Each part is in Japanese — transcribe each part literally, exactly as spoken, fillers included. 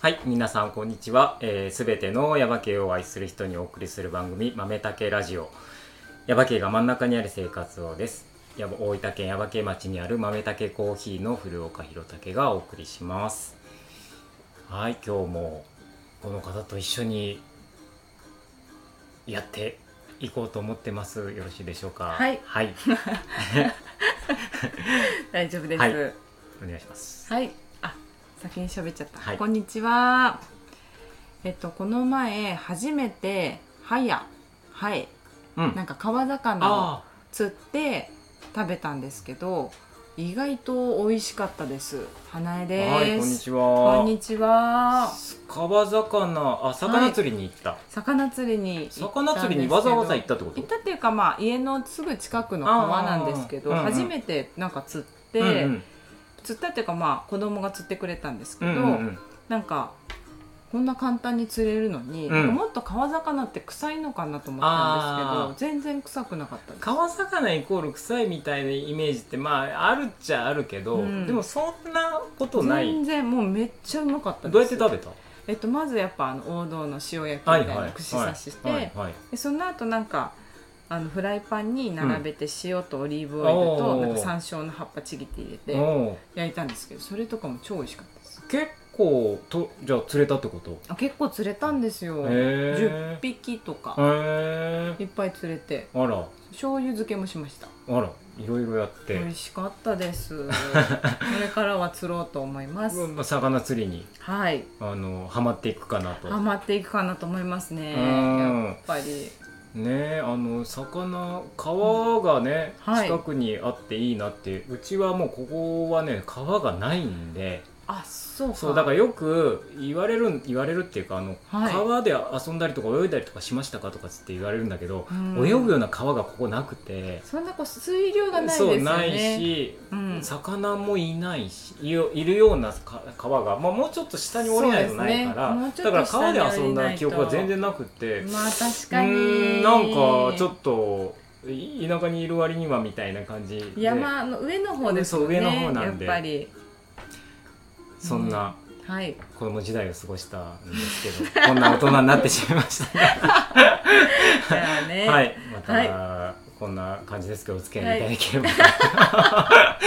はい、皆さんこんにちは。す、えー、べ、ての耶馬渓を愛する人にお送りする番組豆竹ラジオ。耶馬渓が真ん中にある生活をです。大分県耶馬渓町にある豆竹コーヒーの古岡弘武がお送りします。はい、今日もこの方と一緒にやっていこうと思ってます。よろしいでしょうか。 はい、 はい、 大丈夫です、 はい、お願いします。 はい、あ、先に喋っちゃった、 はい、 こんにちは。えっとこの前初めてはやはい、うん、なんか川魚を釣って食べたんですけど、意外と美味しかったです。花江です。 はい、こんにちは。 こんにちは。 川魚、あ、魚釣りに行った、はい、 魚釣りに行ったんですけど、魚釣りにわざわざ行ったってこと？ 行ったっていうか、まあ家のすぐ近くの川なんですけど、うんうん、初めてなんか釣って、うんうん、釣ったっていうか、まあ子供が釣ってくれたんですけど、うんうんうん、なんかこんな簡単に釣れるのに、うん、なんかもっと川魚って臭いのかなと思ったんですけど、全然臭くなかったです。 川魚イコール臭いみたいなイメージってまああるっちゃあるけど、うん、でもそんなことない。 全然もうめっちゃうまかったです。 どうやって食べた？ えっと、まずやっぱあの王道の塩焼きみたいな串刺しして、はいはいはいはい、でその後なんかあのフライパンに並べて塩とオリーブオイルと、うん、なんか山椒の葉っぱちぎって入れて焼いたんですけど、それとかも超美味しかったです。 結構とじゃあ釣れたってこと？ あ、結構釣れたんですよ。じゅっぴきとかいっぱい釣れて、 あら、 醤油漬けもしました。 あら、いろいろやって美味しかったです。これからは釣ろうと思います。 魚釣りに、 はい、 あのハマっていくかなと。 ハマっていくかなと思いますね。やっぱりね、あの魚川がね、うん、はい、近くにあっていいなって。うちはもうここはね川がないんで。 あ、そうか。 そうだからよく言われる言われるっていうか、あの、はい、川で遊んだりとか泳いだりとかしましたかとかって言われるんだけど、うん、泳ぐような川がここなくて、 そんなこう水量がないですよね。 そうないし、うん、魚もいないし、いるような川が、まあ、もうちょっと下に降りないとないから、ね、だから川で遊んだ記憶が全然なくて、 まあ確かに、 うーん、なんかちょっと田舎にいる割にはみたいな感じで、 山の上の方ですよね。 そう上の方なんで、 やっぱりそんな子供時代を過ごしたんですけど、 うん、はい、 こんな大人になってしまいましたね。はい、また、はい、こんな感じですけどお付き合いいただければと、はい、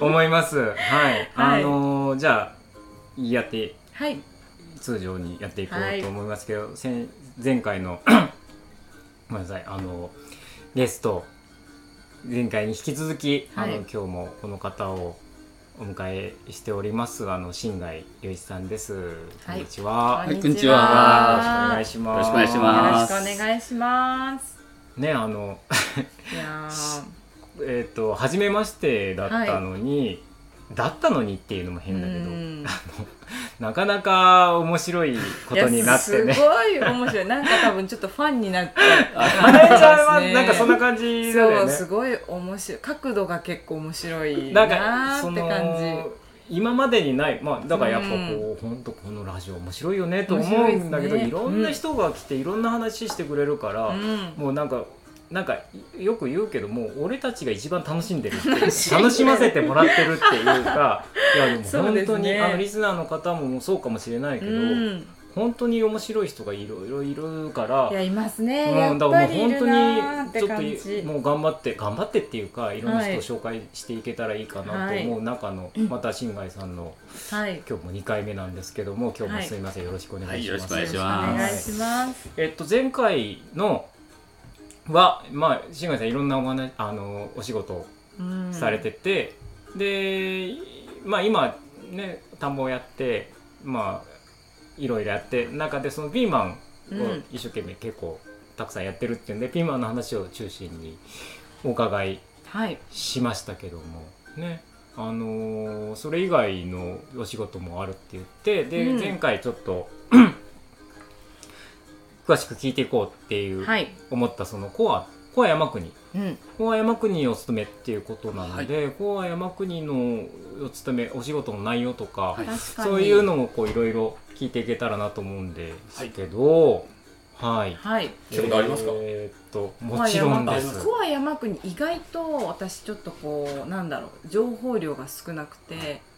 思います。はい、はい、あのー、じゃあやって、はい、通常にやっていこうと思いますけど、はい、前回のごめんなさい、あのゲスト前回に引き続き、はい、あの今日もこの方をお迎えしております。あの新貝雄一さんです。こんにちは。 はい、こんにちは。 よろしくお願いします。 よろしくお願いします。 よろしくお願いします。 ね、あのいやえっと初めましてだったのに、はい、だったのにっていうのも変だけど、あのなかなか面白いことになってね。 すごい面白い。なんか多分ちょっとファンになって花江ちゃんはなんかそんな感じだよね。 そう、すごい面白い。角度が結構面白いなーって感じ。 今までにない、まあ、だからやっぱこう、うん、本当このラジオ面白いよねと思うんだけど、ね、いろんな人が来ていろんな話してくれるから、うん、もうなんかなんかよく言うけども俺たちが一番楽しんでるって楽しませてもらってるっていうかいやでも本当に、ね、あのリスナーの方もそうかもしれないけど、うん、本当に面白い人がいろいろいるから、 いやいますね、うん、やっぱりいるなって感じ。 ちょっともう頑張って頑張ってっていうかいろんな人を紹介していけたらいいかなと思う中の、はい、また新貝さんの、はい、今日もにかいめなんですけども、今日もすいません、はい、よろしくお願いします。 はい、よろしくお願いします。 えっと前回のは、まあ、新貝さんいろんなお話、あのお仕事されてて、うん、で、まあ、今ね田んぼをやって、まあ、いろいろやって中でそのピーマンを一生懸命結構たくさんやってるっていうんで、うん、ピーマンの話を中心にお伺いしましたけども、はい、ね、あのー、それ以外のお仕事もあるって言ってで、うん、前回ちょっと詳しく聞いていこうっていう思ったそのコアコア山国、うん、コア山国を務めっていうことなので、はい、コア山国のお勤めお仕事の内容とか、はい、そういうのもこういろいろ聞いていけたらなと思うんですけど、はい、 はい、聞いたことありますか？ えー、っともちろんです。 コア山国意外と私ちょっとこうなんだろう情報量が少なくて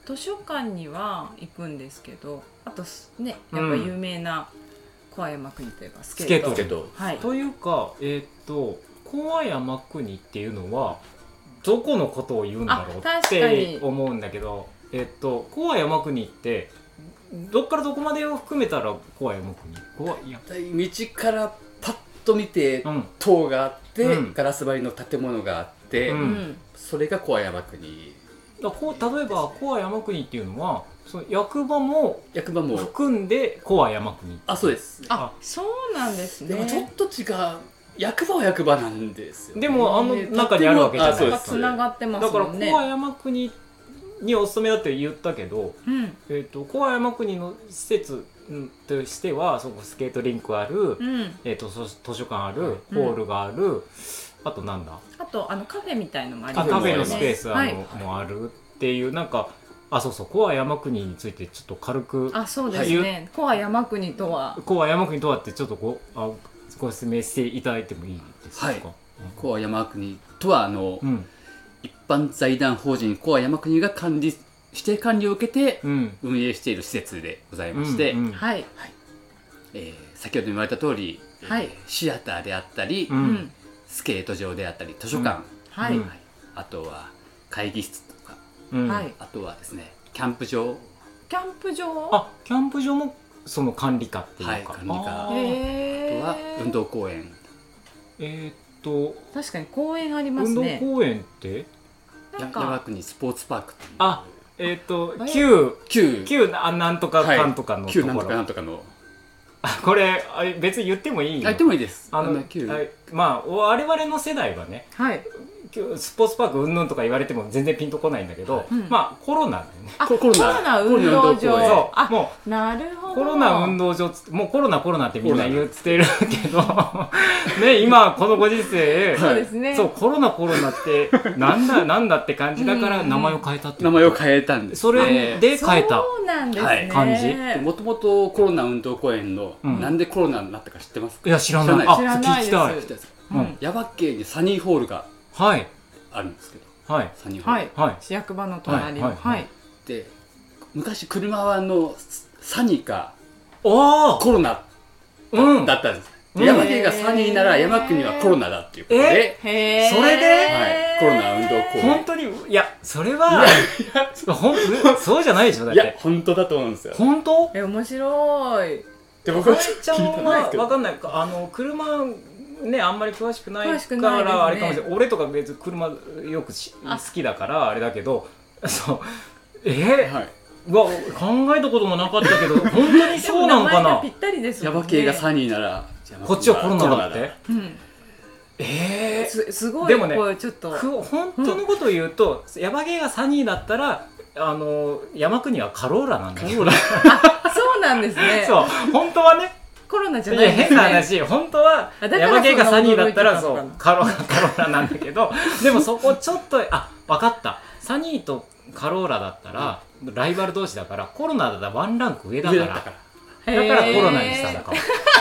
図書館には行くんですけど、あとねやっぱ有名な小山国といえばスケート、 スケートはい、 というか、えー、っと小山国っていうのはどこのことを言うんだろうって思うんだけど、えー、っと小山国ってどっからどこまでを含めたら小山国小いや道からパッと見て、うん、塔があって、うん、ガラス張りの建物があって、うん、それが小山国だこう。例えば小山国っていうのはその役場も役場も含んで小山国。 あ、そうです。 あ、そうなんですね。 でもちょっと違う。役場は役場なんですよ、ね、 でもあの中にあるわけじゃないですか。 つながってますもんね。 だから小山国にお勤めだって言ったけど、うん、えー、と小山国の施設としてはそこスケートリンクある、うん、えー、と図書館ある、うん、ホールがある、あとなんだあとあのカフェみたいのもありますね。 カフェのスペースあの、はい、もあるっていう、なんかあそうそう小山国についてちょっと軽く、 あそうですね、小山国とは小山国とはってちょっとごあご説明していただいてもいいですか。はい、 小山国とはあの、うん、一般財団法人小山国が管理指定管理を受けて運営している施設でございまして、はいえー、先ほど言われた通り、はい、シアターであったり、うん、スケート場であったり図書館、うんはいはい、あとは会議室とか、うん、あとはですねキャンプ場キャンプ場あキャンプ場もその管理課っていうか、はい、管理課あとは運動公園えー、っと確かに公園ありますね。 運動公園って山国スポーツパークっていうあえー、っと旧旧旧なんとかかんとかのところ、 旧なんとかなんとかのこれ別に言ってもいい言ってもいいです。 あのあまあ我々の世代はね、はい、スポーツパークうんぬんとか言われても全然ピンとこないんだけど、うん、まあコロナでねあコロナ運動場そうもうなるほどコロナ運動場もうコロナコロナってみんな言ってるけどね今このご時世そうですねそうコロナコロナってなんだなんだって感じだから名前を変えたって名前を変えたんです、ね、 それで変えたそうなんですね、 感じもともとコロナ運動公園の、うん、なんでコロナになったか知ってますか。 いや知らない知らない聞きたい。 耶馬渓にサニーホールがはいあるんですけど、 はい、 サニーホール、 はい、市役場の隣の、はいはい、 で昔車はのサニーかおコロナ だ,、うん、だったんです。耶馬渓がサニーなら山国はコロナだっていうことで、 えそれで、 はい、コロナ運動公園本当にいやそれはほんそうじゃないでしょ。だっていや本当だと思うんですよ。 本当え面白い。 で僕はちゃんは分かんないあの車ねあんまり詳しくないからあれかもしれない、ね、俺とか別に車よくし好きだからあれだけどそうえーはい、うわ考えたこともなかったけど本当にそうなのかな。 ぴったりですよね。 耶馬渓がサニーならこっちはコロナだって、うん、えー、 す, すごいでもねこれちょっと本当のことを言うと、うん、耶馬渓がサニーだったらあの山国はカローラなんだよ。 あそうなんですね。 そう本当はねコロナじゃないですね。 変な話本当は耶馬渓がサニーだったらそうカロカローラなんだけどでもそこちょっとあ分かったサニーとカローラだったら、うん、ライバル同士だからコロナだったらワンランク上だからだからだからコロナにしたのかも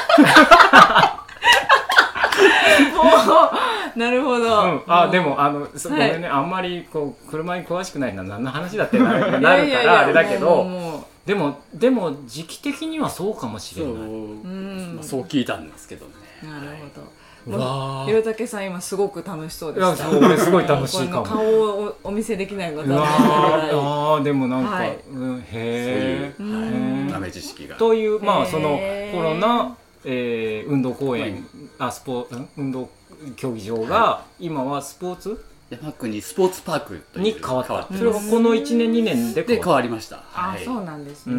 なるほど、 うん、あでもあのごめんね、はい、あんまりこう車に詳しくないのは何の話だってなるからあれだけどでもでも時期的にはそうかもしれない。そう、 うんまあ、そう聞いたんですけどね。 なるほど。ひろたけさん今すごく楽しそうでした。 いや俺すごい楽しいかも。 顔を お, お見せできないのがああでもなんか、はいうん、へえそういう豆知識がというまあそのコロナ、えー、運動公園、はい、あスポ運動競技場が、はい、今はスポーツ山国スポーツパークというに変わった。それがこのいちねんにねんで変わりました。 あ、はい、そうなんですね、うん、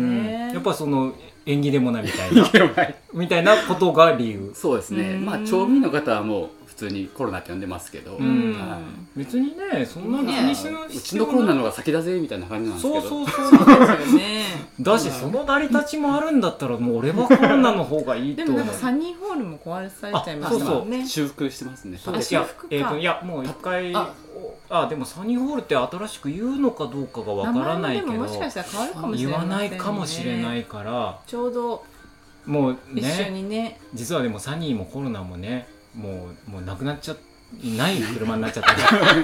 やっぱその縁起でもないみたいなみたいなことが理由。 そうですね。まあ町民の方はもう普通にコロナって呼んでますけど、うんはい、別にねそんな気にしない、 うちのコロナの方が先だぜみたいな感じなんですけど。 そうそうそうですよねだしその成り立ちもあるんだったらもう俺はコロナの方がいいと思う。 でもなんかサニーホールも壊されちゃいましたもんね。 修復してますね。 そういや、えーと、いやもう一回あでもサニーホールって新しく言うのかどうかがわからないけど、 もしかしたら変わるかもしれない、ね、 言わないかもしれないからちょうどもうね一緒にね実はでもサニーもコロナもねもうもうなくなっちゃない車になっちゃった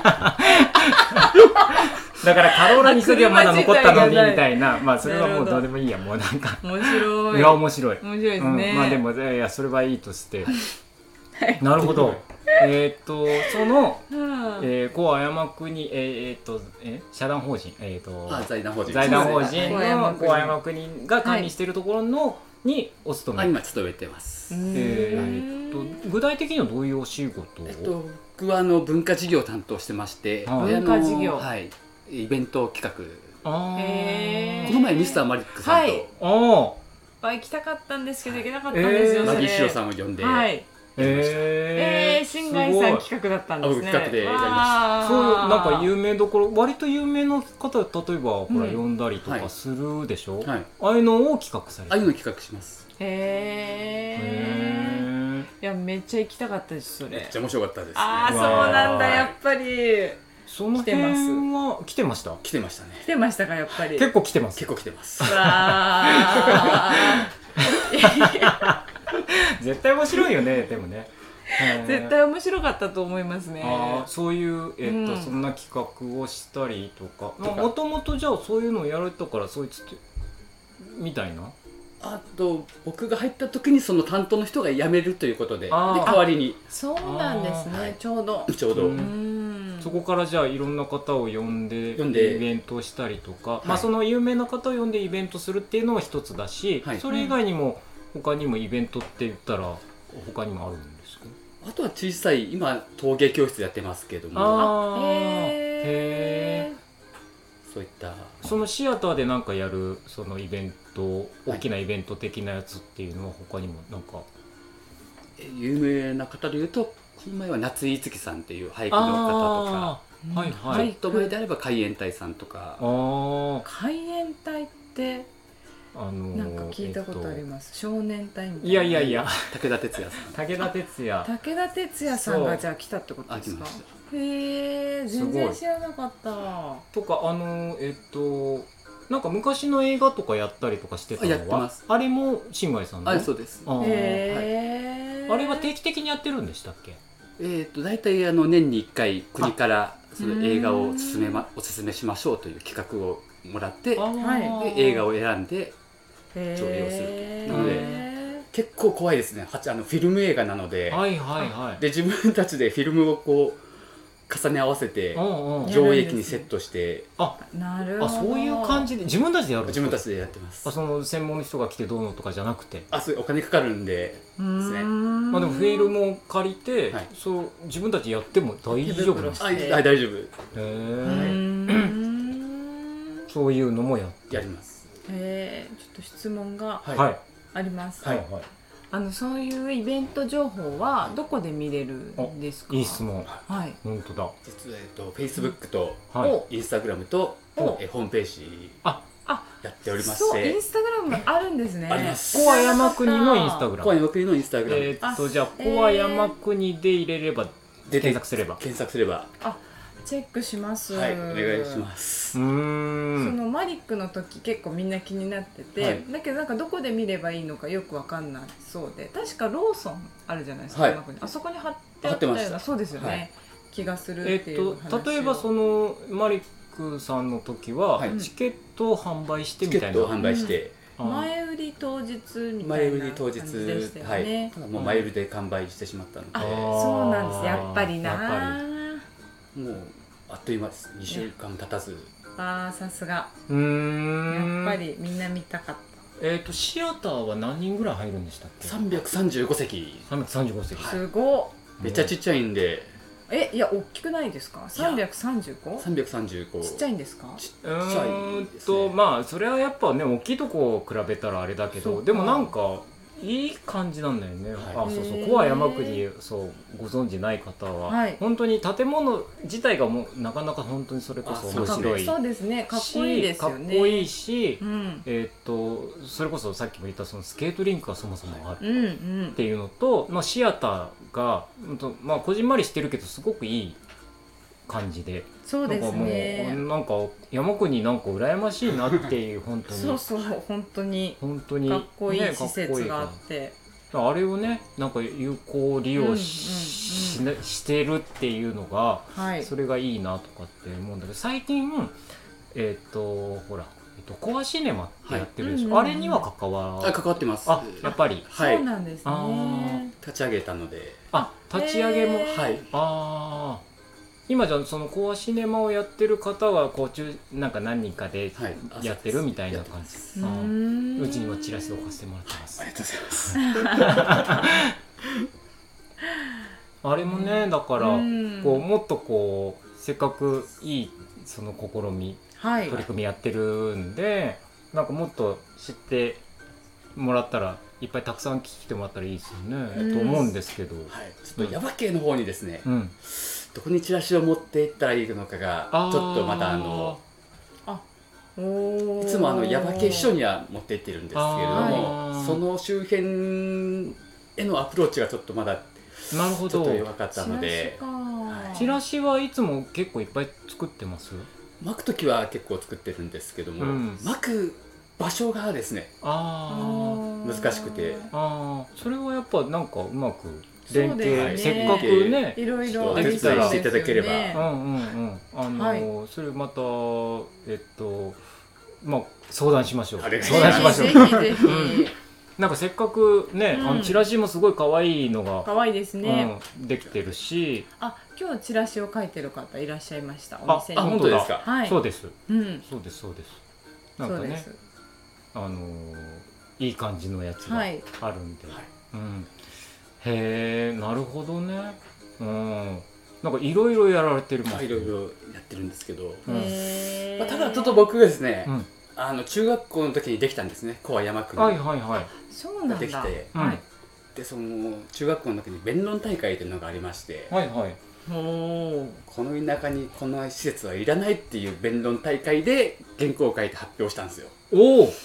だからカローラにすりゃまだ残ったのにみたいな、まあそれはもうどうでもいいや、もうなんか面白い。 いや面白い面白いですね、 うん、まあでもいやそれはいいとして、はい、なるほどえっとその、うんえー、コア山国えー、っとえ社団法人えー、っとあ財団法人財団法人のコア山国が管理しているところの、はいにお勤め、 今勤めてます。 えー、っと具体的にはどういうお仕事を、 えっと、僕はあの文化事業を担当してまして、 文化事業、 はい、イベント企画。 あーこの前ミスターマリックさんと、はい、 あ行きたかったんですけど行けなかったんですよ、 マギーシロさんを呼んで、 はいえー、新海さん企画だったんですね。 企画でやりました。 そういうなんか有名どころ割と有名な方例えばほら、うん、呼んだりとかするでしょ、はい、ああいうのを企画されてああいうの企画します。 へえいやめっちゃ行きたかったですそれ。 めっちゃ面白かったです、ね、 ああそうなんだやっぱり。 その辺は来てました来てましたね。 来てましたかやっぱり。 結構来てます。 結構来てます。 わ絶対面白いよねでもね絶対面白かったと思いますね。 あそういう、えーっとうん、そんな企画をしたりとかもともとじゃあそういうのをやられたからそういうつってみたいな。 あと僕が入った時にその担当の人が辞めるということで、で代わりに。 そうなんですね、はい、ちょうどちょうどうんそこからじゃあいろんな方を呼んで呼んでイベントをしたりとか、はいまあ、その有名な方を呼んでイベントするっていうのも一つだし、はい、それ以外にも他にもイベントって言ったら他にもあるんですか？ あとは小さい今陶芸教室やってますけども、 あへーそういったそのシアターでなんかやるそのイベント大きなイベント的なやつっていうのは他にもなんか、はい、 有名な方でいうとこの前は夏井いつきさんっていう俳句の方とか、 はいはい、 と前であれば海援隊さんとか。 あ海援隊ってあのー、 なんか聞いたことあります、えっと、少年隊みたいな。 いやいやいや武田鉄矢さん武田鉄矢武田鉄矢さんがじゃあ来たってことですか？へえ全然知らなかった。 とかあのえっとなんか昔の映画とかやったりとかしてたのはやってます。 あれも新海さんの？ あそうです。 あへえ、はい、あれは定期的にやってるんでしたっけ？ えっと大体あの年にいっかい国からその映画をおすすめ、ま、おすすめしましょうという企画をもらって、で映画を選んで上映をすると。なので結構怖いですね。あのフィルム映画なので、 はいはいはい、 で自分たちでフィルムをこう重ね合わせて上映機にセットして、 あなるほど、あそういう感じで自分たちでやるんですか？ 自分たちでやってます。 あその専門の人が来てどうのとかじゃなくて、 あそうお金かかるんでですね。 まあでもフィルムを借りて、はい、そう自分たちやっても大丈夫なんですか？ あ大丈夫。へえそういうのもややります。 へえちょっと質問があります。 はいはいはい、 あのそういうイベント情報はどこで見れるんですか？ いい質問。 はい。 本当だ。 実はえっと Facebook と、はい、Instagram とえホームページあやっておりまして。 そうインスタグラムあるんですね。 あります。 コア山国のインスタグラム。 コア山国のインスタグラム。 えー、っとじゃあコア山国で入れれば検索すれば検索すれば。 あチェックします。 はいお願いします。 うーんそのマリックの時結構みんな気になってて、はい、だけどなんかどこで見ればいいのかよくわかんないそうで、確かローソンあるじゃないですか、 はい、 あそこに貼ってあったようなそうですよね、はい、気がするっていう話を、 えっと、例えばそのマリックさんの時は、はい、チケットを販売してみたいな、 チケットを販売して、 うん、前売り当日みたいな前売り当日でしたよね、 はい、もう前売りで完売してしまったので、 あそうなんですやっぱりなもうあっという間です。にしゅうかん経たず、ね、 あーさすがうーんやっぱりみんな見たかった。 えっとシアターは何人ぐらい入るんでしたっけ？ さんびゃくさんじゅうごせき。 さんびゃくさんじゅうごせき、 すごっ。 めっちゃちっちゃいんで。 えいや大きくないですか？さんびゃくさんじゅうご？ さんびゃくさんじゅうごちっちゃいんですか？ ちっちゃいですね。 うーんとまあそれはやっぱね大きいとこ比べたらあれだけど、でもなんかいい感じなんだよね、はい、あそうそうコア山国そうご存知ない方は、はい、本当に建物自体がもうなかなか本当にそれこそ面白い、 そうですね、かっこいいですよね、 かっこいいし、 うん、 えー、っとそれこそさっきも言ったそのスケートリンクがそもそもある、うんうん、 っていうのと、まあ、シアターが、うんとまあ、こじんまりしてるけどすごくいい感じで、 そうですね、 なんかもうなんか山国なんか羨ましいなっていう本当にそうそう本当に本当にかっこいい施設があって、 ね、あれをねなんか有効利用 し,、 し, なしてるっていうのが、 はい、 それがいいなとかって思うんだけど、最近えっ、ー、とほらえっと、コアシネマってやってるでしょ、はい、あれには関わあ関わってます。 あ、やっぱり、 はい、そうなんですね。 立ち上げたので、 あ、立ち上げも、 はい、 あ今じゃそのコアシネマをやってる方はこう中なんか何人かでやってるみたいな感じ、はい、う, うちにもチラシを置かせてもらってます。 ありがとうございますあれもね、だからこうもっとこうせっかくいいその試み、はい、取り組みやってるんで、なんかもっと知ってもらったらいっぱいたくさん聞いてもらったらいいですよね、と思うんですけど、はい、 ちょっとヤバ系の方にですね、うん、どこにチラシを持っていったらいいのかがちょっとまたあのあおいつもあのヤバ系秘書には持っていってるんですけれども、その周辺へのアプローチがちょっとまだなるほどちょっと弱かったので、 チラシはいつも結構いっぱい作ってます？ 巻くときは結構作ってるんですけども、うん、巻く場所がですね、あ難しくて、 あそれはやっぱなんかうまく連携、ね、せっかくねいろいろお手伝いしていただければ、 うんうんうんあの、はい、それまたえっとまあ相談しましょう。相談しましょう。ぜひぜひ。なんかせっかくね、うん、あのチラシもすごい可愛いのが可愛いですね、 うん、できてるし、 あ今日チラシを書いてる方いらっしゃいました。お店に。 あ本当ですか。 はい、そうです、 うん、 そうですそうです。なんかねあのー、いい感じのやつがあるんで、はいうん、へえなるほどね、うん、なんかいろいろやられてるもん、 いろいろやってるんですけど、うんまあ、ただちょっと僕がですね、うん、あの中学校の時にできたんですね、コア山区に。 はいはいはい。 そうなんだ。 できて、うん、でその中学校の時に弁論大会というのがありまして、 はいはい。 おこの田舎にこの施設はいらないっていう弁論大会で原稿を書いて発表したんですよ。 おお。へ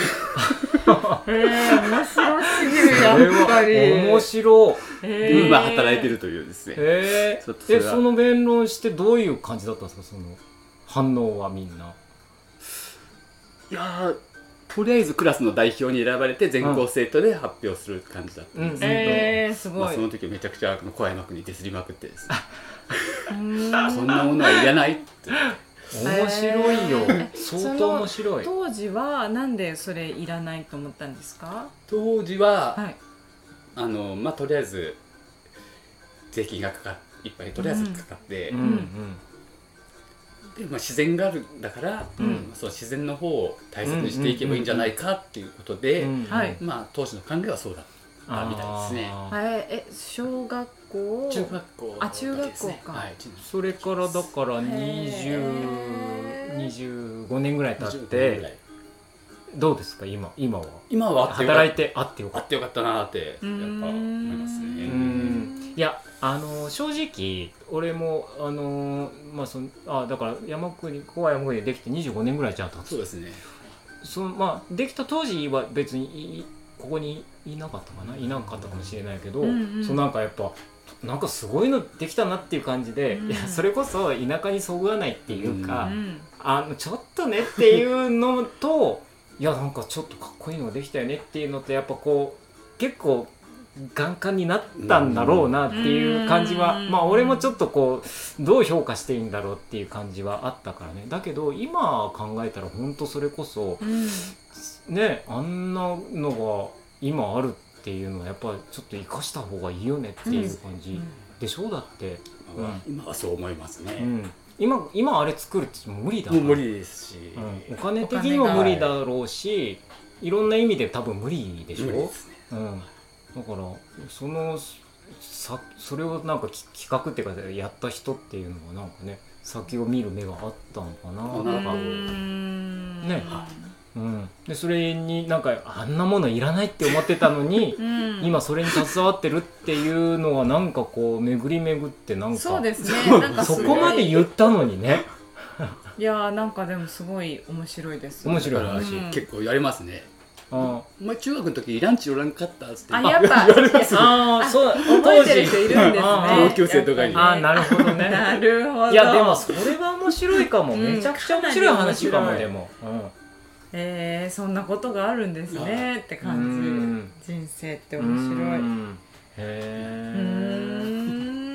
え面白すぎるやっぱり。 面白。 で今働いてるというですね。 へえ。えその弁論してどういう感じだったんですか、その反応はみんな。 いやとりあえずクラスの代表に選ばれて全校生徒で発表する感じだったんですけど、うんうんえー、すごい、 まあ、その時めちゃくちゃ小山区にディスりまくってですねこんなものはいらないって面白いよ、えー、相当面白い。 当時はなんでそれいらないと思ったんですか？ 当時は、はい、あのまあとりあえず税金がかかいっぱいとりあえずかかって、うんうんうんでまあ、自然があるんだから、うん、そう自然の方を大切にしていけばいいんじゃないかっていうことで、うんうんまあ、当時の考えはそうだったみたいですね。 え小学校中学校あ中学校か、はい、 それからだからにじゅう、にじゅうごねんぐらい経ってどうですか今今は今は働いてあってよかったあってよかったなってやっぱ思いますね。 うんいやあの正直俺もあのまあそのあだから山国ここは山国でできてにじゅうごねんぐらいじゃん経つ。 そうですね。 そのまあできた当時は別にここにいなかったかないなかったかもしれないけど、うんうん、そのなんかやっぱなんかすごいのできたなっていう感じで、うん、いやそれこそ田舎にそぐわないっていうか、うん、あのちょっとねっていうのといやなんかちょっとかっこいいのができたよねっていうのとやっぱこう結構眼感になったんだろうなっていう感じは、まあ俺もちょっとこうどう評価していいんだろうっていう感じはあったからね。だけど今考えたら本当それこそ、うん、ねあんなのが今あるっていうのはやっぱりちょっと生かした方がいいよねっていう感じでしょう。だって、 うん、今はそう思いますね。 うん今, 今あれ作るってもう無理だからもう無理ですし、 うん、お金的にも無理だろうしいろんな意味で多分無理でしょ。無理ですね、うんだからそのさそれをなんか企画っていうかやった人っていうのはなんかね先を見る目があったのかななんかね、うん、でそれになんかあんなものいらないって思ってたのに、うん、今それに携わってるっていうのはなんかこう巡り巡ってなんかそうですねなんかそこまで言ったのにねいやなんかでもすごい面白いです、 ね、面白い話、うん、結構やりますね。あお前中学の時ランチおらんかったっつってあやっぱ言われます。 ああそう覚えてる人いるんですね同級生とかに。 あなるほどねなるほど。 いやでもそれは面白いかも、うん、めちゃくちゃ面白い話かもでも、うん、 えー、そんなことがあるんですねって感じ。人生って面白い。 へえ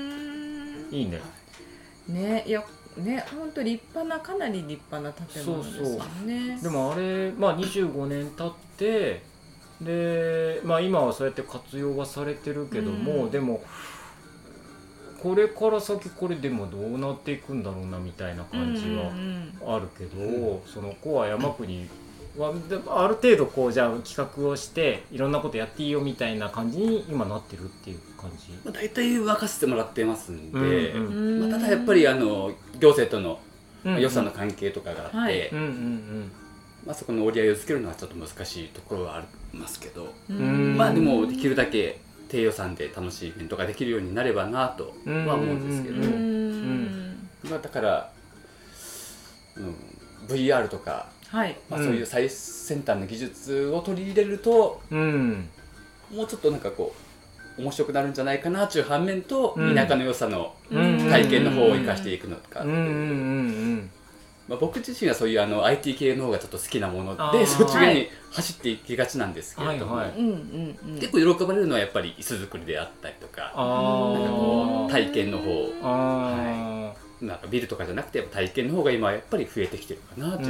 いいね。 ね、いやね、本当立派な、かなり立派な建物ですよね。そうそう。 でもあれ、まあ、にじゅうごねん経ってで、まあ、今はそうやって活用はされてるけども、うん、でもこれから先これでもどうなっていくんだろうなみたいな感じはあるけど、うんうん、そのコア山国はある程度こうじゃあ企画をしていろんなことやっていいよみたいな感じに今なってるっていう感じ。 まあ、大体任せてもらってますんで、うんうん、まあ、ただやっぱりあの行政との予算の関係とかがあって、まあ、そこの折り合いをつけるのはちょっと難しいところはありますけど、まあでもできるだけ低予算で楽しいイベントができるようになればなとは思うんですけど、まあ、だから、うん、ブイアール とか、はいまあ、そういう最先端の技術を取り入れると、うん、もうちょっとなんかこう面白くなるんじゃないかなという反面と、うん、田舎の良さの体験の方を生かしていくのかっていう。まあ、僕自身はそういうあの アイティー 系の方がちょっと好きなものでそっち側に走っていきがちなんですけれども、はいはい、結構喜ばれるのはやっぱり椅子作りであったりとか、なんかこう体験の方、はい、なんかビルとかじゃなくて体験の方が今やっぱり増えてきてるかなという。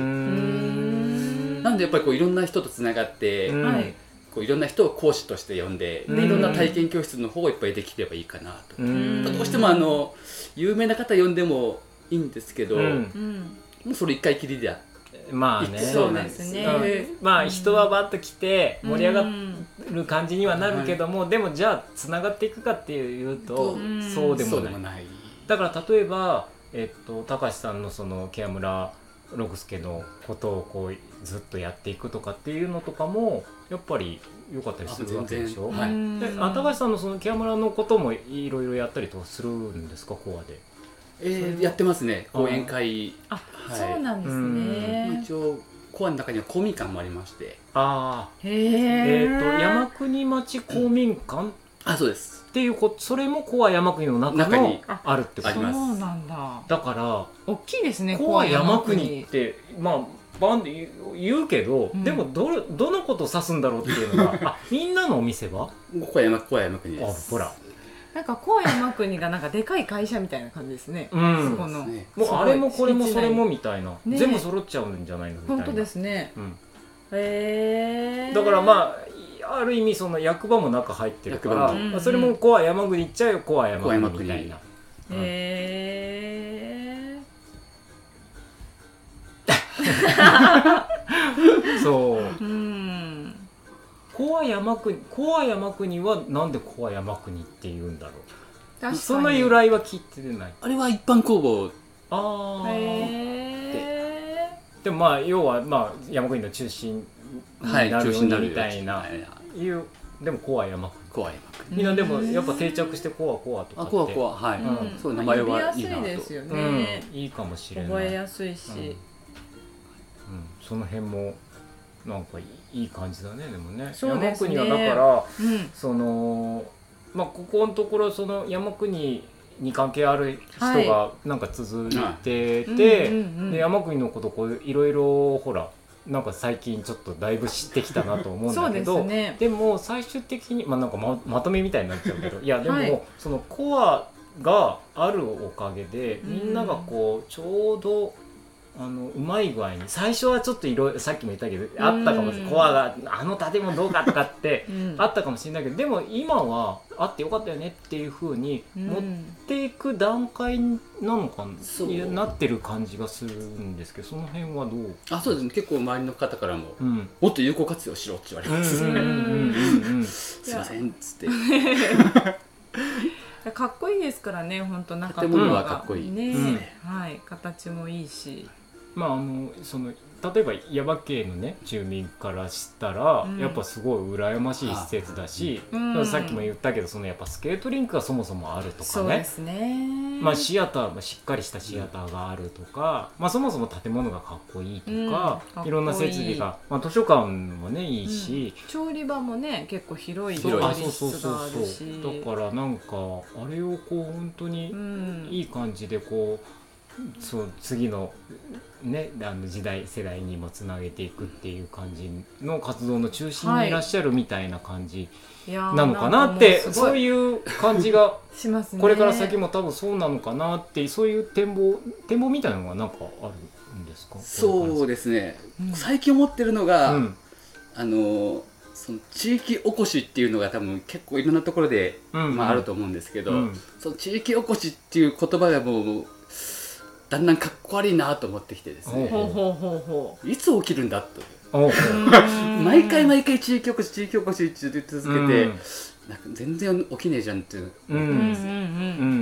なんでやっぱりこういろんな人とつながって、こういろんな人を講師として呼んで、でいろんな体験教室の方をいっぱいできればいいかなと。どうしてもあの有名な方呼んでもいいんですけど、うんもうそれ一回きりであってまあねそうなんですね、うん、まあ人はバッと来て盛り上がる感じにはなるけども、うん、でもじゃあつながっていくかっていうと、うん、そうでもない、ない。だから例えば、えっと、高橋さんのそのケア村六輔のことをこうずっとやっていくとかっていうのとかもやっぱり良かったりするわけでしょ、はい、で高橋さんのそのケア村のこともいろいろやったりとかするんですかコアで。 えー、やってますね講演会。 あ、はい、そうなんですね。 一応コアの中には公民館もありまして、 あへえー、と山国町公民館、うん、 あそうですっていうことそれもコア山国の中にあるってこと。 そうなんだ。 だから大きいですねコア山国ってまあバンで言うけど、うん、でも ど, どのことを指すんだろうっていうのがあみんなのお店はコア山国です。 あほらなんかコア山国がなんかでかい会社みたいな感じですね。うん、そこのもうあれもこれもそれもみたいな、ね、全部揃っちゃうんじゃないのみたいな。 本当ですね。 うん、 へえ。 だからまあある意味その役場も中入ってるから、うんうん、それもコア山国行っちゃうよコア山国みたいな。へえ。 そう。 うん。 コア山国、コア山国はなんでコア山国って言うんだろう。確かにその由来は聞いてない。 あれは一般公募。 ああ。へー。でもまあ要はまあ山国の中心になるようにみたいな、はい、いうでもコア山国。 コア山国。みんなでもやっぱ定着してコアコアとかって。 あコアコアはい。うん、そう名前はいいなと。 呼びやすいですよね。 うん、いいかもしれない。 覚えやすいし。うん、うん、 その辺も。なんかいい感じだねでもね。 そうですね。 山国はだから、うん、そのまあここのところその山国に関係ある人がなんか続いてて、で山国のことこういろいろほらなんか最近ちょっとだいぶ知ってきたなと思うんだけど、 で, ね、でも最終的にまあなんか ま, まとめみたいになっちゃうけどいやでも、はい、そのコアがあるおかげでみんながこうちょうどあのうまい具合に最初はちょっといろいろさっきも言ったけどあったかもしれない、コアがあの建物どうかとかってあったかもしれないけど、でも今はあってよかったよねっていう風に持っていく段階なのかな、なってる感じがするんですけど、その辺はどう？ あ、そうですね。結構周りの方からも、うん、もっと有効活用しろって言われますすいませんっつってかっこいいですからね、本当中建物はかっこいいね、うん、はい、形もいいし、 まああのその例えば耶馬渓のね住民からしたら、うん、やっぱすごい羨ましい施設だし、うん、さっきも言ったけどそのやっぱスケートリンクがそもそもあるとかね、 そうですね、 まあ、シアターしっかりしたシアターがあるとか、うん、まあ、そもそも建物がかっこいいとか、うん、かっこいい、いろんな設備が、まあ、図書館もねいいし、 うん、調理場もね結構広い室があるし、 だからなんかあれをこう本当にいい感じでこうそう次のね、あの時代世代にもつなげていくっていう感じの活動の中心にいらっしゃるみたいな感じなのかなって、はい、そういう感じがしますね。これから先も多分そうなのかなって、そういう展望展望みたいなのがなんかあるんですか？ そうですね、うん、最近思ってるのが、うん、あのその地域おこしっていうのが多分結構いろんなところで、うんうん、まあ、あると思うんですけど、うん、その地域おこしっていう言葉がもうだんだんかっこ悪いなと思ってきてですね、ほうほうほうほういつ起きるんだと毎回毎回地域おこし地域おこしって言って続けて、うん、なんか全然起きねえじゃんっていう思ったんですよ、うん、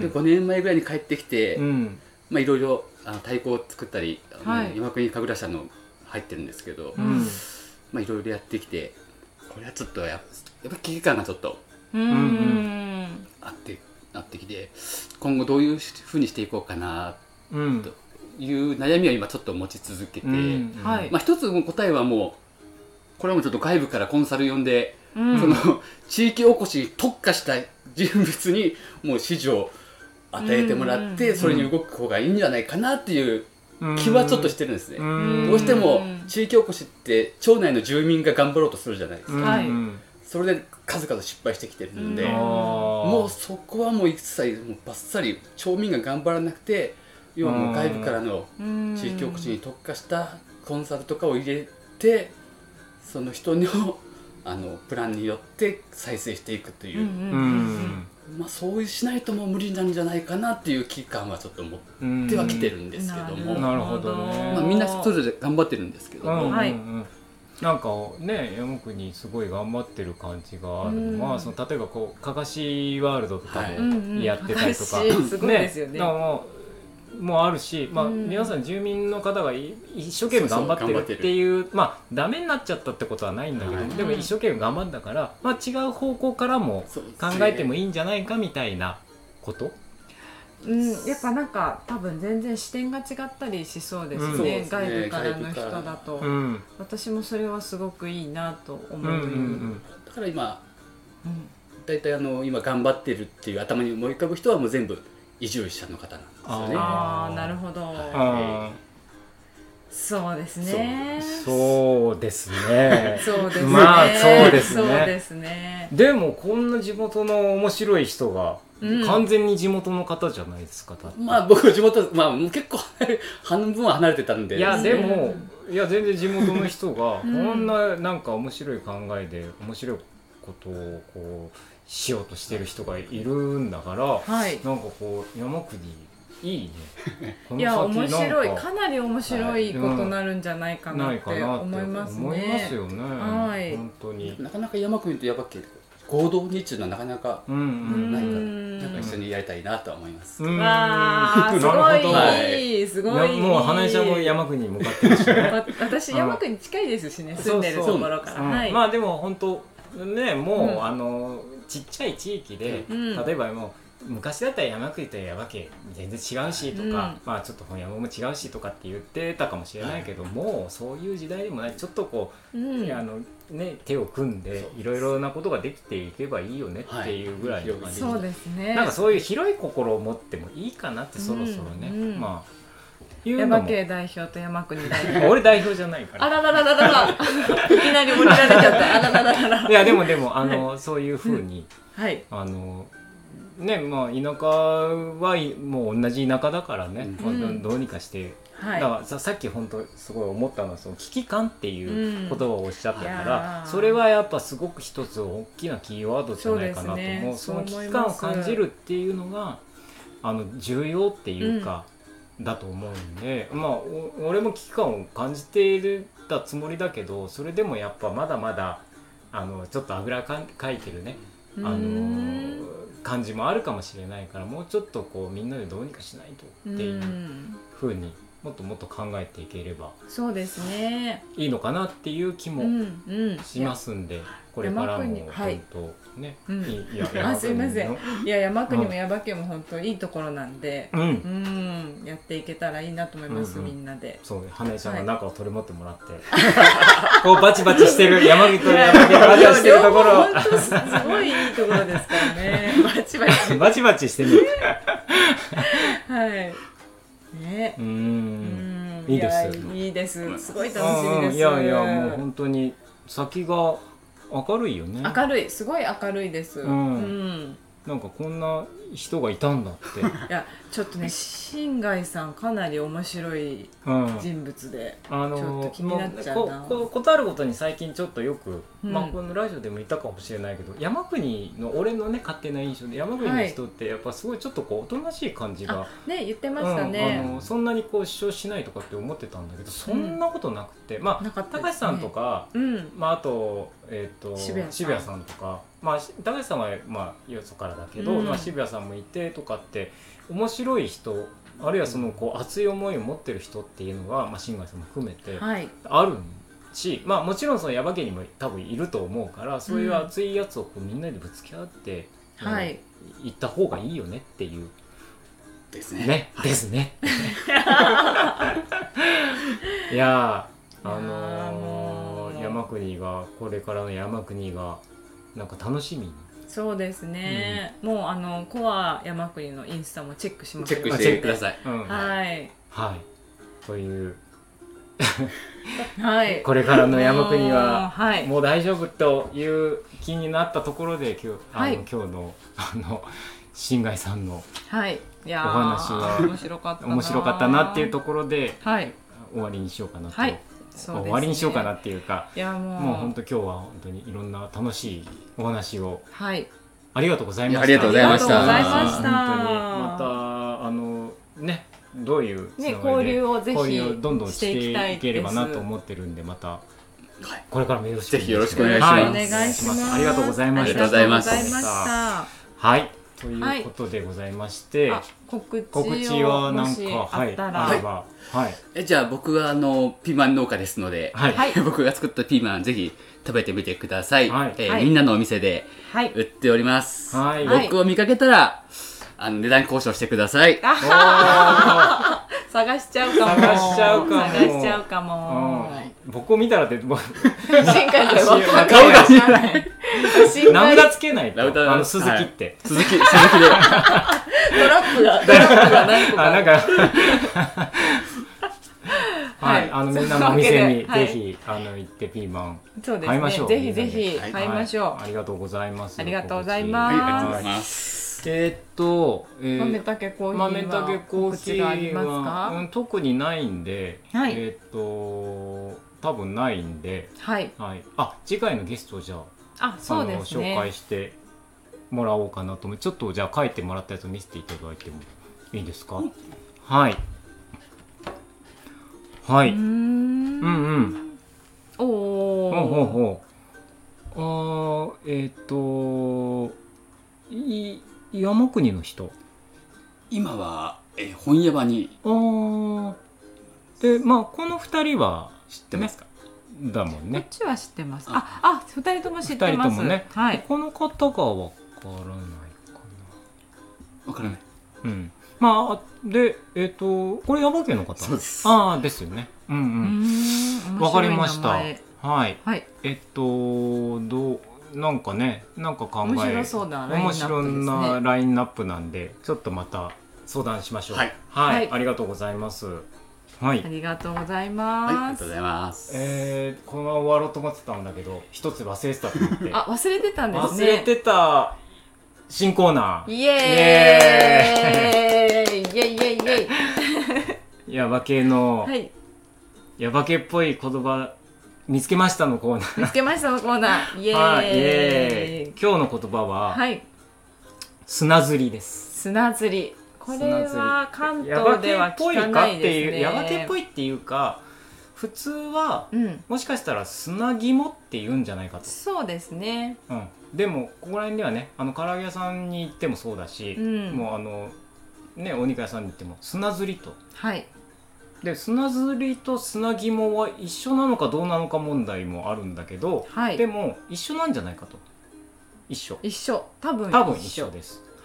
でごねんまえぐらいに帰ってきて、うん、まあいろいろあの太鼓を作ったり、はい、山国神楽社の入ってるんですけど、うん、まあいろいろやってきて、これはちょっとやっぱ危機感がちょっとあってあってきて、今後どういうふうにしていこうかなという悩みは今ちょっと持ち続けて、うん、まあ一つの答えはもうこれもちょっと外部からコンサル呼んで、うん、その地域おこしに特化した人物にもう指示を与えてもらって、それに動く方がいいんじゃないかなっていう気はちょっとしてるんですね。どうしても地域おこしって町内の住民が頑張ろうとするじゃないですか、はい、それで数々失敗してきてるので、もうそこはもう一切もうバッサリ町民が頑張らなくて、要はもう外部からの地域おこしに特化したコンサルとかを入れて、その人のあのプランによって再生していくという、まあそうしないともう無理なんじゃないかなっていう危機感はちょっと持ってはきてるんですけども、 なるほどね、 まあ、みんなそれぞれ頑張ってるんですけども、うんうんうん、 なんかね山国すごい頑張ってる感じがあるのは、うん、その例えばこうかかしワールドとかもやってたりとか、 はいうんうん、すごいですよね。 ねもあるし、まあ、皆さん住民の方が一生懸命頑張ってるっていう、まあダメになっちゃったってことはないんだけど、はい、でも一生懸命頑張ったから、まあ、違う方向からも考えてもいいんじゃないかみたいなこと、 うん、やっぱなんか多分全然視点が違ったりしそうですね、うん、外部からの人だと、うん、私もそれはすごくいいなと思う、うんうんうん、 だから今、うん、だいたいあの今頑張ってるっていう頭に思い浮かぶ人はもう全部移住者の方なんですよね。 ああ、なるほど。はい、そうですね。 そうですね。 そうですね。 まあそうですね。 そうですね。 でもこんな地元の面白い人が、うん、完全に地元の方じゃないですか。 まあ僕地元まあ結構半分は離れてたんで。 いやでも、いや全然地元の人がこんななんか面白い考えで面白いことをこうしようとしてる人がいるんだから、はい、なんかこう山国いいね。この先いや面白い、かなり面白いことになるんんじゃないかなって思いますね。 思いますよね。はい、本当に。 なかなか山国と山国合同にっていうのはなかなかないから、なんか一緒にやりたいなと思います。 わあすごい、はい、すごい。 もう花江ちゃんも山国に向かってるしね。 私山国に近いですしね、住んでるところから。はい、 まあでも本当ねもう、うん、あのちっちゃい地域で、うん、例えばもう昔だったら山国と山家全然違うしとか、うん、まあちょっと本山も違うしとかって言ってたかもしれないけども、はい、そういう時代でもない、ちょっとこう、うん、あのね、手を組んでいろいろなことができていけばいいよねっていうぐらいの感じで、はい、そうですね、なんかそういう広い心を持ってもいいかなってそろそろね、うんうん、まあ山家代表と山国代表俺代表じゃないからあららららららいきなり盛りられちゃったあらららららいやでもでもあの、はい、そういうふうに、 はい、 あのねまあ田舎はもう同じ田舎だからね、うん、どうにかして、はい、だから さ, さっき本当すごい思ったのはその危機感っていう言葉をおっしゃったから、うん、それはやっぱすごく一つ大きなキーワードじゃないかなと思う。 そうですね、その危機感を感じるっていうのがあの重要っていうか、うん、だと思うんで、まあ俺も危機感を感じていたつもりだけど、それでもやっぱまだまだあのちょっとあぐらかいてるね、あの感じもあるかもしれないから、もうちょっとこうみんなでどうにかしないとっていう風にもっともっと考えていければそうですねいいのかなっていう気もしますんで、うんうん、これからも本当ね、はい、いいや山すいませんいや山国も耶馬渓も本当いいところなんで、うん、うんやっていけたらいいなと思います、うんうん、みんなで。 そう花江ちゃんが中を取り持ってもらって、はい、こうバチバチしてる山国と耶馬渓バチバチしてるところ本当すごいいいところですからねバチバチバチバチしてるはいね、 うん、 いいです。いいです。すごい楽しみです。 いやいやもう本当に先が明るいよね。 明るい、すごい明るいです。うん。うん、 なんかこんな人がいたんだっていやちょっとね新貝さんかなり面白い人物で、うん、あのー、ちょっと気になっちゃうな。 ここことあるごとに最近ちょっとよく、うん、まあこのラジオでも言ったかもしれないけど山国の俺のね勝手な印象で山国の人ってやっぱすごいちょっとこうおとなしい感じが、 ね言ってましたね、 うん、あのそんなにこう主張しないとかって思ってたんだけどそんなことなくて、うん、まあ高橋さんとか、うん、まああとえっ、ー、と渋谷さんとかまあ高橋さんはまあよそからだけど、うんまあ、渋谷さんもいてとかって面白い人あるいはそのこう熱い思いを持ってる人っていうのが、まあ、新貝さんも含めてあるし、はい、まあもちろんそのヤバ家にも多分いると思うからそういう熱いやつをこうみんなでぶつけ合って、うん、行った方がいいよねっていうですね。 ね、はい、ですね。いやあのー、山国がこれからの山国がなんか楽しみに。 そうですね、うん、もうあのコア山国のインスタもチェックします。 チェックしてください、 うん、 はいはいというはい、 これからの山国はもう大丈夫という気になったところで今日あの、はい、今日のあの新貝さんのお話は面白かったな面白かったなっていうところで、 はい、 終わりにしようかなと、 はいそうですね、 終わりにしようかなっていうかいやもう、 もう本当今日は本当にいろんな楽しいお話を、 はい、 ありがとうございました。 ありがとうございました。 本当にまたあのねどういうね交流をぜひ交流をどんどんしていければなと思ってるんでまた、はい、これからもよろしくぜひよろしくお願いします。 はい、お願いします。 ありがとうございました。 ありがとうございました。 はい。ということでございまして、はい、 告知告知はなんかあったら、 はい、はい、 えじゃあ僕はあのピーマン農家ですので、はい、僕が作ったピーマンぜひ食べてみてください、はいえーはい、みんなのお店で売っております、はい、僕を見かけたらあの値段交渉してください。 探しちゃうかも探しちゃうかも探しちゃうかも、 うん、僕を見たらって新海さんは顔が見えない名札つけないとあの鈴木って、 はい、鈴木鈴木でトラップがトラップが何個かあなんかはい、あのみんなのお店にぜひ、はい、あの行ってピーマン買いましょう。 ぜひぜひ買いましょう、 はい、ありがとうございます。 ありがとうございます。 はい、ありがとうございます。 えー、っと、えー、 豆たけコーヒーは豆たけコーヒーはありますか？ うん、特にないんで、 はい、 えー、っと多分ないんで、 はい、 はい、あ次回のゲストをじゃあ、 あそうですね、 紹介してもらおうかなと思ってちょっとじゃあ書いてもらったやつを見せていただいてもいいですか？はい。はい。うーんうんうん。 おお。 ほうほうほう。あーえっ、ー、とい山国の人。 今は、えー、本屋場に。 ああ。でまあこの二人は知ってますか？ね、だもんね。 こっちは知ってます。ああ二人とも知ってます。 二人ともね。 はい。 この方がわからないかな。 わからない。 うん。まあでえっ、ー、とこれ山家の方。 そうです。 ああですよね。うんうん。わかりました。はい。 はい。 えっとどうなんかねなんか考え面白そうな面白なラインナップなんでちょっとまた相談しましょう。はい。はい。はい、ありがとうございます。はい。 ありがとうございます。 はい、ありがとうございます。 えー、このまま終わろうと思ってたんだけど一つ忘れてたと思って。 あ忘れてたんですね。 忘れてた。新コーナーイエーイイエイイエイイエイヤバ系の、 はい、 ヤバ系っぽい言葉見つけましたのコーナー見つけましたのコーナーイエーイ、 はい、イエーイ今日の言葉は、はい、砂釣りです。 砂釣りこれは関東では聞かないですね。 ヤバ系っぽいっていうか普通は、うん、もしかしたら砂肝って言うんじゃないかと。 そうですね、 うん、でもここら辺ではねあの唐揚げ屋さんに行ってもそうだし、うん、もうあのねお肉屋さんに行っても砂釣りと、 はい、 で砂釣りと砂肝は一緒なのかどうなのか問題もあるんだけど、はい、でも一緒なんじゃないかと。一緒一緒多分多分一緒です。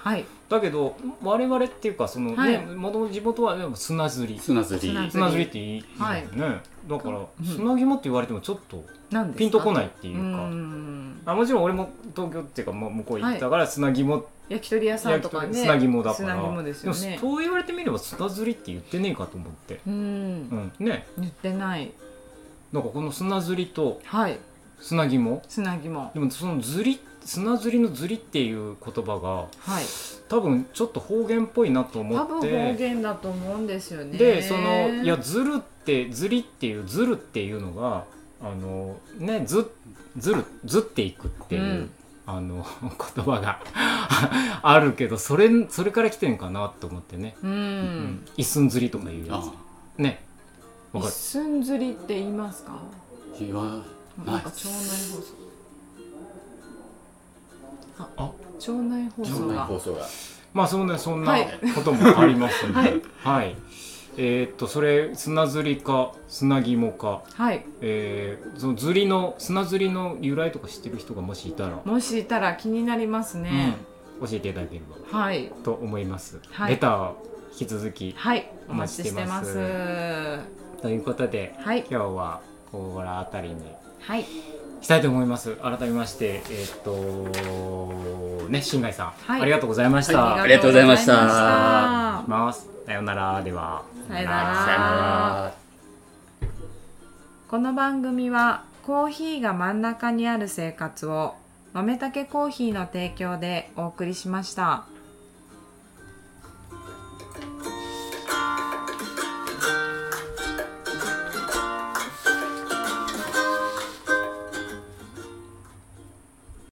はい、 だけど我々っていうかその、ね、はい、元の地元はでも砂ずり砂ずり砂ずりっていいよね、はい、だから、うん、砂肝って言われてもちょっとピンとこないっていうか、うんあもちろん俺も東京っていうか向こう行ったから砂肝、はい、 焼き鳥屋さんとかね砂肝だから砂肝ですよね、 でもそう言われてみれば砂ずりって言ってねえかと思って、うん、うん、ね言ってない。 なんかこの砂ずりと砂肝、はい、 砂肝でもそのずり砂ずりのずりっていう言葉が、はい、多分ちょっと方言っぽいなと思って、 多分方言だと思うんですよね。 でそのいやずるってずりっていうずるっていうのがあのねずずるずっていくっていう、うん、あの言葉があるけどそれそれから来てるんかなと思ってね、うんうん、一寸ずりとかいうやつね。 一寸ずりって言いますか？ 言わなんか腸内放送ああ腸内放送が放送がまあそんなそんなこともありますので、はい、はい、えー、っとそれ砂ずりか砂肝か、はい、えー、そのずりの砂ずりの由来とか知ってる人がもしいたらもしいたら気になりますね、 うん、教えていただければ、はい、と思います、はい、レター引き続きお待ちしてます、はい、ということで、はい、今日はここらあたりに、はい、したいと思います。改めましてえー、っとね新貝さん、はい、ありがとうございました、 はい、ありがとうございました。 しますさよなら。ではさよなら。この番組はコーヒーが真ん中にある生活を豆たけコーヒーの提供でお送りしました。